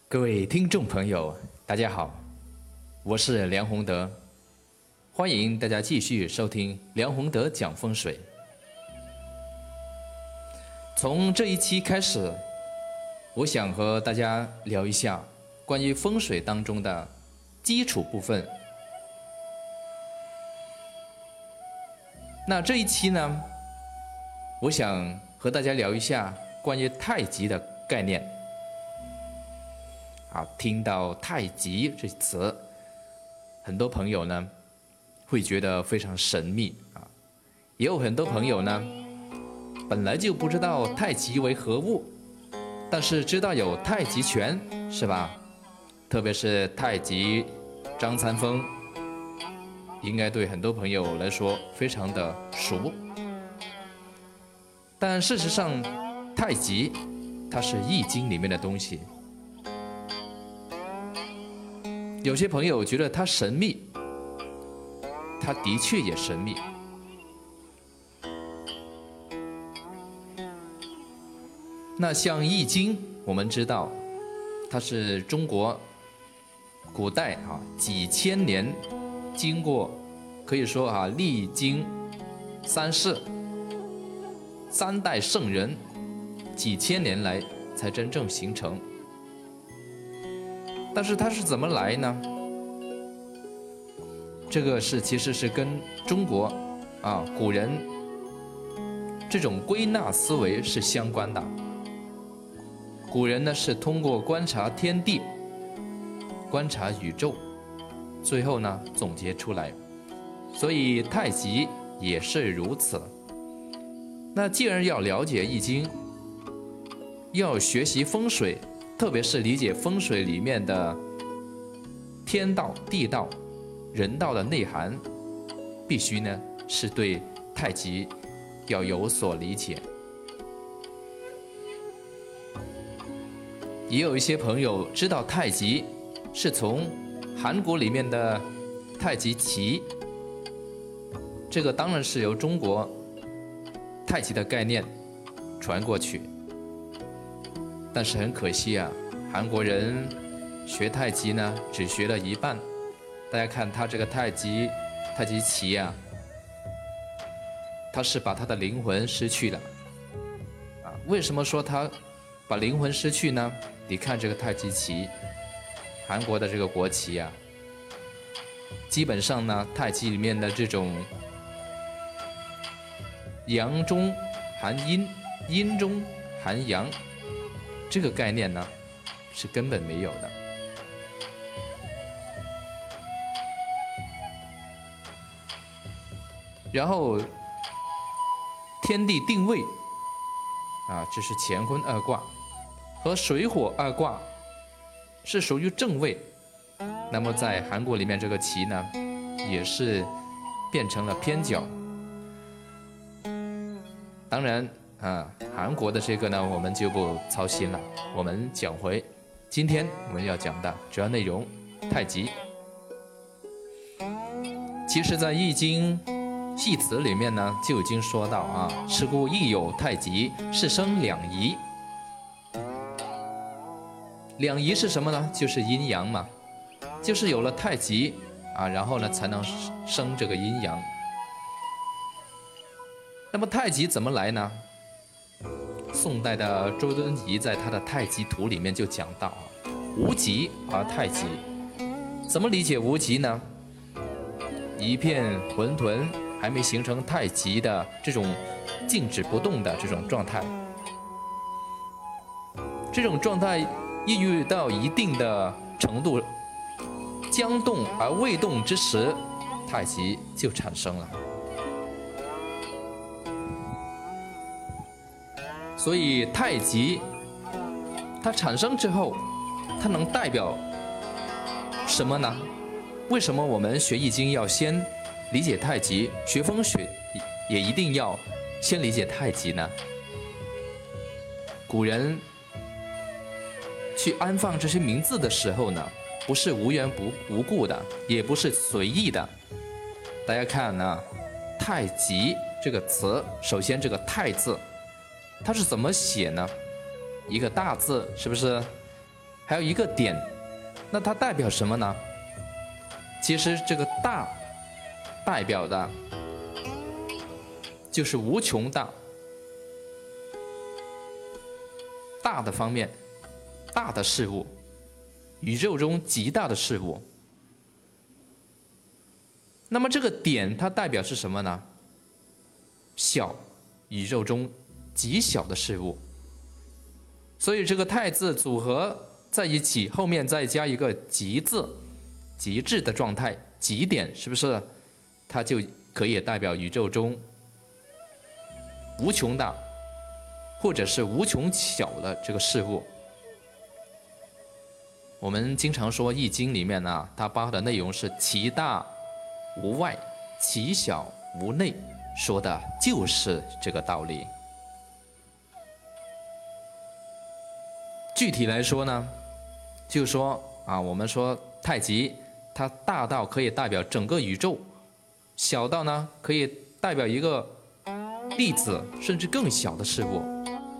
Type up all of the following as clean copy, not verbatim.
各位听众朋友，大家好，我是梁宏德，欢迎大家继续收听梁宏德讲风水。从这一期开始，我想和大家聊一下关于风水当中的基础部分。那这一期呢，我想和大家聊一下关于太极的概念。听到太极这词，很多朋友呢会觉得非常神秘也有很多朋友呢本来就不知道太极为何物，但是知道有太极拳，是吧？特别是太极张三丰，应该对很多朋友来说非常的熟。但事实上，太极它是易经里面的东西。有些朋友觉得它神秘，它的确也神秘。那像易经，我们知道它是中国古代几千年经过，可以说历经三世三代圣人，几千年来才真正形成。但是它是怎么来呢？这个其实是跟中国古人这种归纳思维是相关的。古人呢是通过观察天地、观察宇宙，最后呢总结出来。所以太极也是如此。那既然要了解易经，要学习风水，特别是理解风水里面的天道、地道、人道的内涵，必须呢是对太极要有所理解。也有一些朋友知道太极是从韩国里面的太极旗，这个当然是由中国太极的概念传过去。但是很可惜韩国人学太极呢只学了一半。大家看他这个太极旗他是把他的灵魂失去了为什么说他把灵魂失去呢？你看这个太极旗，韩国的这个国旗基本上呢太极里面的这种阳中含阴，阴中含阳，这个概念呢是根本没有的。然后天地定位这是乾坤二卦，和水火二卦是属于正位。那么在韩国里面这个旗呢也是变成了偏角。当然韩国的这个呢我们就不操心了，我们讲回今天我们要讲的主要内容，太极。其实在易经系辞里面呢就已经说到是故亦有太极，是生两仪。两仪是什么呢？就是阴阳嘛，就是有了太极然后呢才能生这个阴阳。那么太极怎么来呢？宋代的周敦颐在他的太极图里面就讲到无极而太极。怎么理解无极呢？一片混沌，还没形成太极的这种静止不动的这种状态。这种状态一遇到一定的程度，将动而未动之时，太极就产生了。所以太极它产生之后，它能代表什么呢？为什么我们学易经要先理解太极，学风水也一定要先理解太极呢？古人去安放这些名字的时候呢，不是无缘无故的，也不是随意的。大家看太极这个词，首先这个太字它是怎么写呢？一个大字，是不是还有一个点，那它代表什么呢？其实这个大代表的就是无穷大，大的方面，大的事物，宇宙中极大的事物。那么这个点它代表是什么呢？小，宇宙中极小的事物。所以这个太字组合在一起，后面再加一个极字，极致的状态，极点，是不是？它就可以代表宇宙中无穷大，或者是无穷小的这个事物。我们经常说《易经》里面呢，它包含的内容是其大无外，其小无内，说的就是这个道理。具体来说呢，就是说我们说太极，它大到可以代表整个宇宙，小到呢可以代表一个粒子，甚至更小的事物。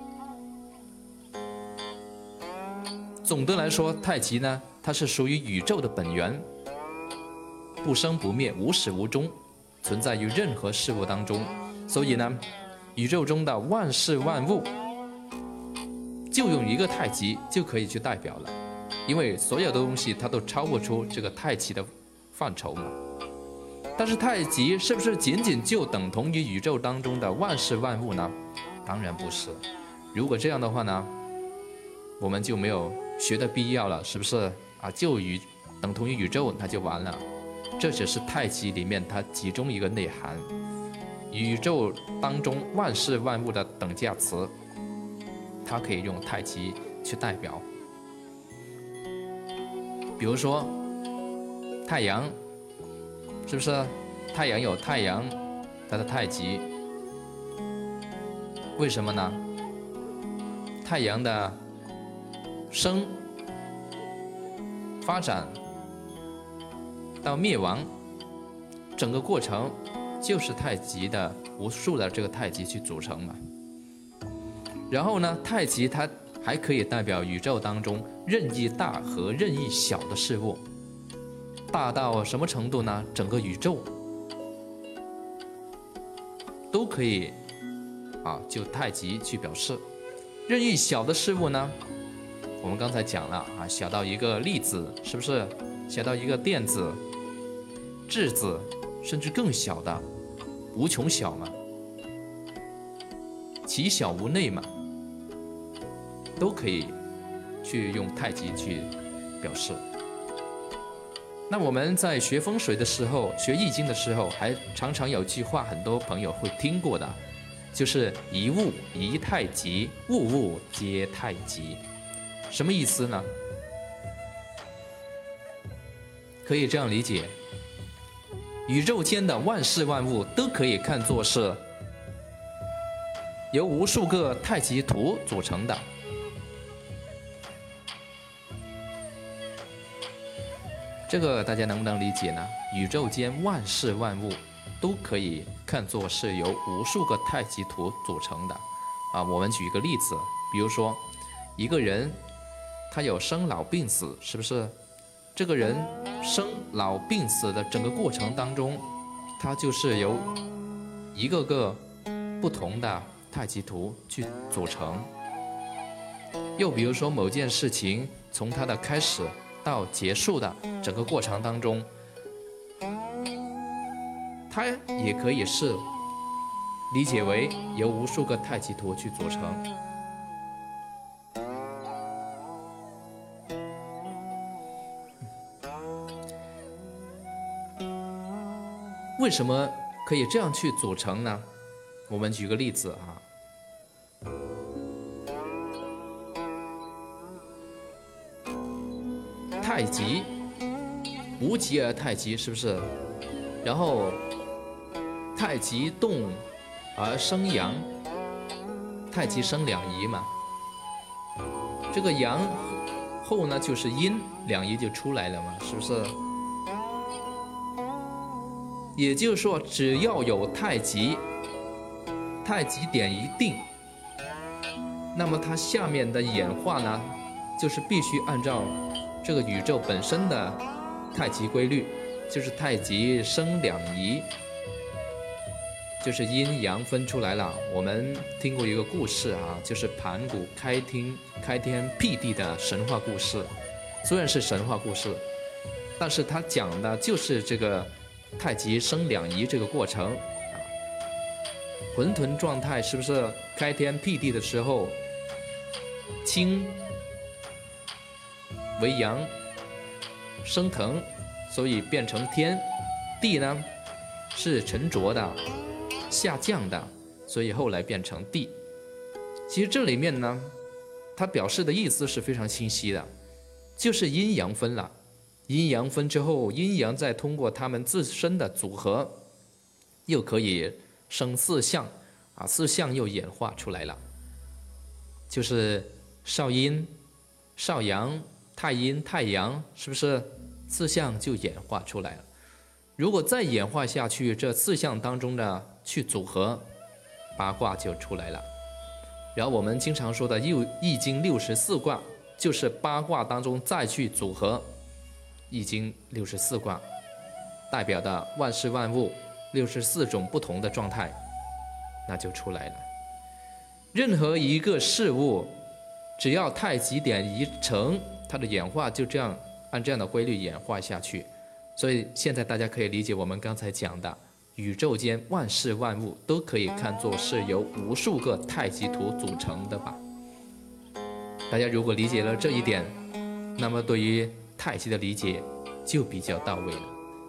总的来说，太极呢，它是属于宇宙的本源，不生不灭，无始无终，存在于任何事物当中。所以呢，宇宙中的万事万物，就用一个太极就可以去代表了，因为所有的东西它都超不出这个太极的范畴嘛。但是太极是不是仅仅就等同于宇宙当中的万事万物呢？当然不是。如果这样的话呢，我们就没有学的必要了，是不是就等同于宇宙，那就完了。这只是太极里面它其中一个内涵，宇宙当中万事万物的等价词，它可以用太极去代表。比如说太阳，是不是？太阳有太阳它的太极，为什么呢？太阳的生、发展到灭亡，整个过程就是太极的无数的这个太极去组成嘛。然后呢，太极它还可以代表宇宙当中任意大和任意小的事物。大到什么程度呢？整个宇宙都可以就太极去表示。任意小的事物呢，我们刚才讲了小到一个粒子，是不是？小到一个电子、质子，甚至更小的无穷小嘛，其小无内嘛，都可以去用太极去表示。那我们在学风水的时候，学易经的时候，还常常有句话，很多朋友会听过的，就是一物一太极，物物皆太极。什么意思呢？可以这样理解，宇宙间的万事万物都可以看作是由无数个太极图组成的。这个大家能不能理解呢？宇宙间万事万物都可以看作是由无数个太极图组成的。我们举一个例子，比如说一个人他有生老病死，是不是？这个人生老病死的整个过程当中，他就是由一个个不同的太极图去组成。又比如说某件事情从它的开始到结束的整个过程当中，它也可以是理解为由无数个太极图去组成。为什么可以这样去组成呢？我们举个例子太极，无极而太极，是不是？然后太极动而生阳，太极生两仪嘛。这个阳后呢就是阴，两仪就出来了嘛，是不是？也就是说，只要有太极，太极点一定，那么它下面的演化呢， 就是必须按照这个宇宙本身的太极规律，就是太极生两仪，就是阴阳分出来了。我们听过一个故事啊，就是盘古开天辟地的神话故事。虽然是神话故事，但是它讲的就是这个太极生两仪这个过程啊。混沌状态是不是开天辟地的时候，清为阳，升腾，所以变成天；地呢是沉着的，下降的，所以后来变成地。其实这里面呢，它表示的意思是非常清晰的，就是阴阳分了。阴阳分之后，阴阳再通过它们自身的组合，又可以生四象啊，四象又演化出来了，就是少阴、少阳、太阴、太阳，是不是四象就演化出来了？如果再演化下去，这四象当中的去组合，八卦就出来了。然后我们经常说的易经64卦，就是八卦当中再去组合易经64卦，代表的万事万物64种不同的状态，那就出来了。任何一个事物，只要太极点一成，它的演化就这样按这样的规律演化下去。所以现在大家可以理解我们刚才讲的，宇宙间万事万物都可以看作是由无数个太极图组成的吧。大家如果理解了这一点，那么对于太极的理解就比较到位了，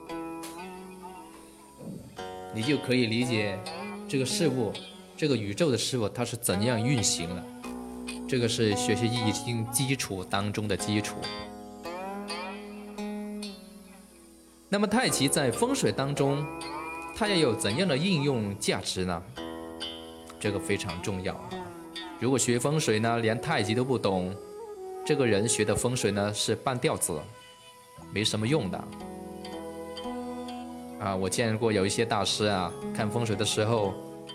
你就可以理解这个事物，这个宇宙的事物它是怎样运行了。这个是学习易经基础当中的基础。那么太极在风水当中，它要有怎样的应用价值呢？这个非常重要啊！如果学风水呢，连太极都不懂，这个人学的风水呢是半吊子，没什么用的。啊，我见过有一些大师啊，看风水的时候，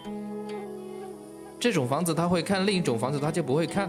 这种房子他会看，另一种房子他就不会看。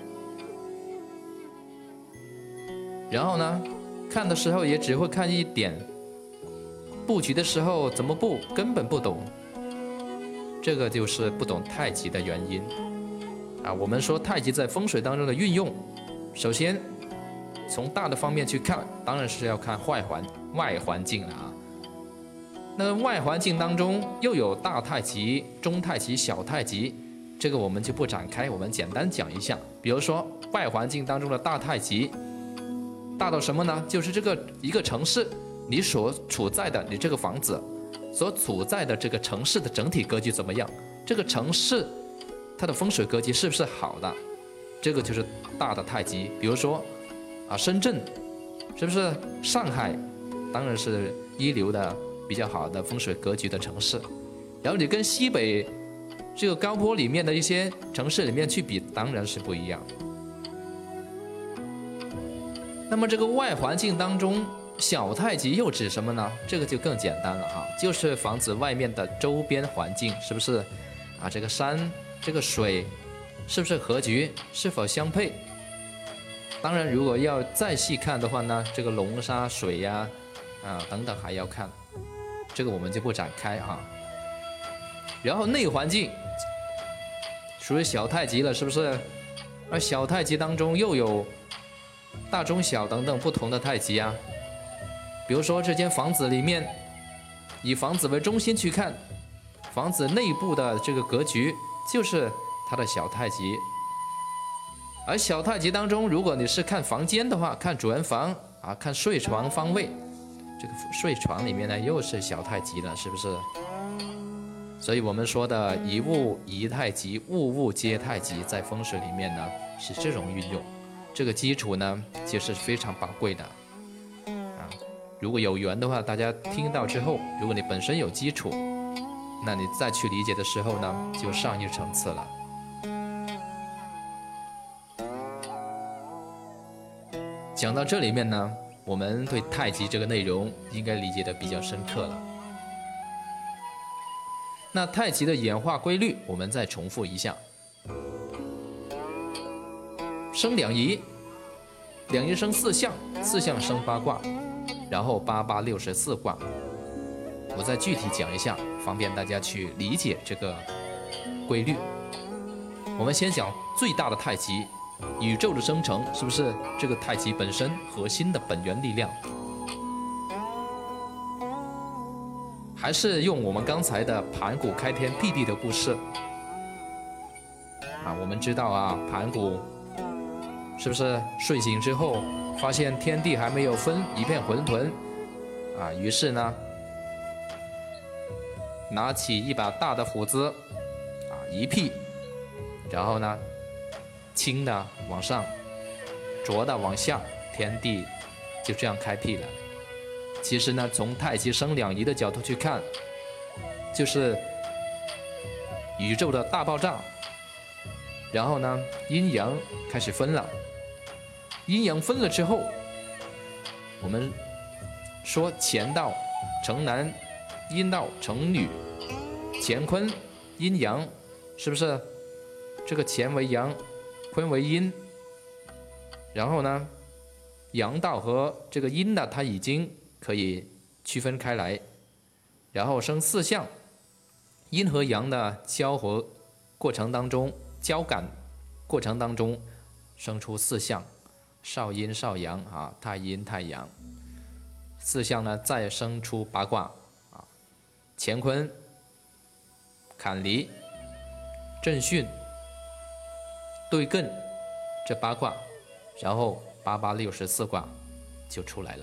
然后呢，看的时候也只会看一点，布局的时候怎么布根本不懂。这个就是不懂太极的原因啊。我们说太极在风水当中的运用，首先从大的方面去看，当然是要看外环境了啊。那外环境当中又有大太极、中太极、小太极，这个我们就不展开，我们简单讲一下。比如说外环境当中的大太极，大到什么呢？就是一个城市，你所处在的你这个房子所处在的这个城市的整体格局怎么样？这个城市它的风水格局是不是好的？这个就是大的太极。比如说啊，深圳是不是？上海当然是一流的比较好的风水格局的城市。然后你跟西北这个高坡里面的一些城市里面去比，当然是不一样。那么这个外环境当中，小太极又指什么呢？这个就更简单了哈，就是房子外面的周边环境，是不是啊？这个山、这个水，是不是合局？是否相配？当然，如果要再细看的话呢，这个龙沙水呀、等等还要看，这个我们就不展开啊。然后内环境属于小太极了，是不是？而小太极当中又有大、中、小等等不同的太极啊。比如说这间房子里面，以房子为中心去看，房子内部的这个格局就是它的小太极。而小太极当中，如果你是看房间的话，看主人房啊，看睡床方位，这个睡床里面呢又是小太极了，是不是？所以我们说的一物一太极，物物皆太极，在风水里面呢是这种运用。这个基础呢就是非常宝贵的啊。如果有缘的话，大家听到之后，如果你本身有基础，那你再去理解的时候呢，就上一层次了。讲到这里面呢，我们对太极这个内容应该理解的比较深刻了。那太极的演化规律，我们再重复一下：生两仪， 两仪生四象，四象生八卦，然后8864卦。我再具体讲一下，方便大家去理解这个规律。我们先讲最大的太极，宇宙的生成是不是这个太极本身核心的本源力量？还是用我们刚才的盘古开天辟地的故事啊？我们知道啊，盘古是不是睡醒之后发现天地还没有分，一片混沌啊？于是呢，拿起一把大的斧子啊，一劈，然后呢，轻的往上，浊的往下，天地就这样开辟了。其实呢，从太极生两仪的角度去看，就是宇宙的大爆炸，然后呢，阴阳开始分了。阴阳分了之后，我们说乾道成男，阴道成女，乾坤阴阳，是不是？这个乾为阳，坤为阴，然后呢，阳道和这个阴的它已经可以区分开来，然后生四象，阴和阳的交合过程当中，交感过程当中生出四象，少阴少阳啊，太阴太阳。四象呢再生出八卦啊，乾坤、坎离、震巽、兑艮这八卦，然后8864卦就出来了。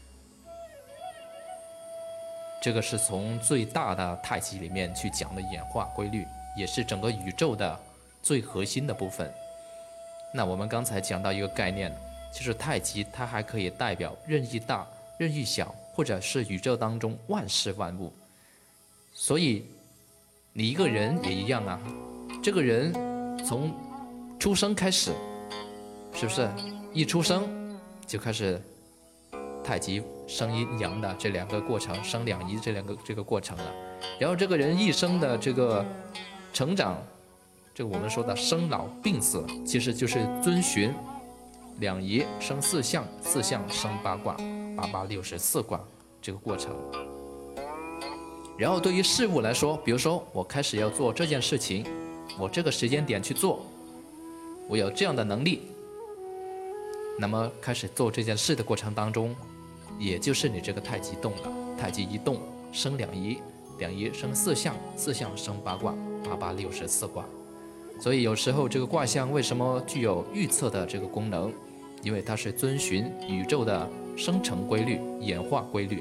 这个是从最大的太极里面去讲的演化规律，也是整个宇宙的最核心的部分。那我们刚才讲到一个概念，就是太极它还可以代表任意大、任意小，或者是宇宙当中万事万物。所以你一个人也一样啊，这个人从出生开始，是不是一出生就开始太极生阴阳的这两个过程，生两仪这个过程了。然后这个人一生的这个成长，这个我们说的生老病死，其实就是遵循两仪生四象，四象生八卦，8864卦这个过程。然后对于事物来说，比如说我开始要做这件事情，我这个时间点去做，我有这样的能力，那么开始做这件事的过程当中，也就是你这个太极动了。太极一动生两仪，两仪生四象，四象生八卦，8864卦。所以有时候这个卦象为什么具有预测的这个功能？因为它是遵循宇宙的生成规律、演化规律。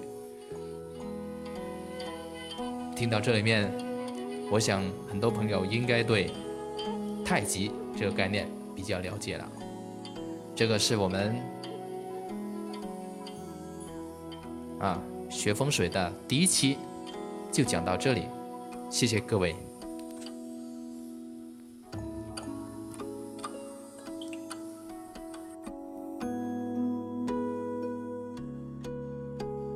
听到这里面，我想很多朋友应该对太极这个概念比较了解了。这个是我们学风水的第一期，就讲到这里，谢谢各位。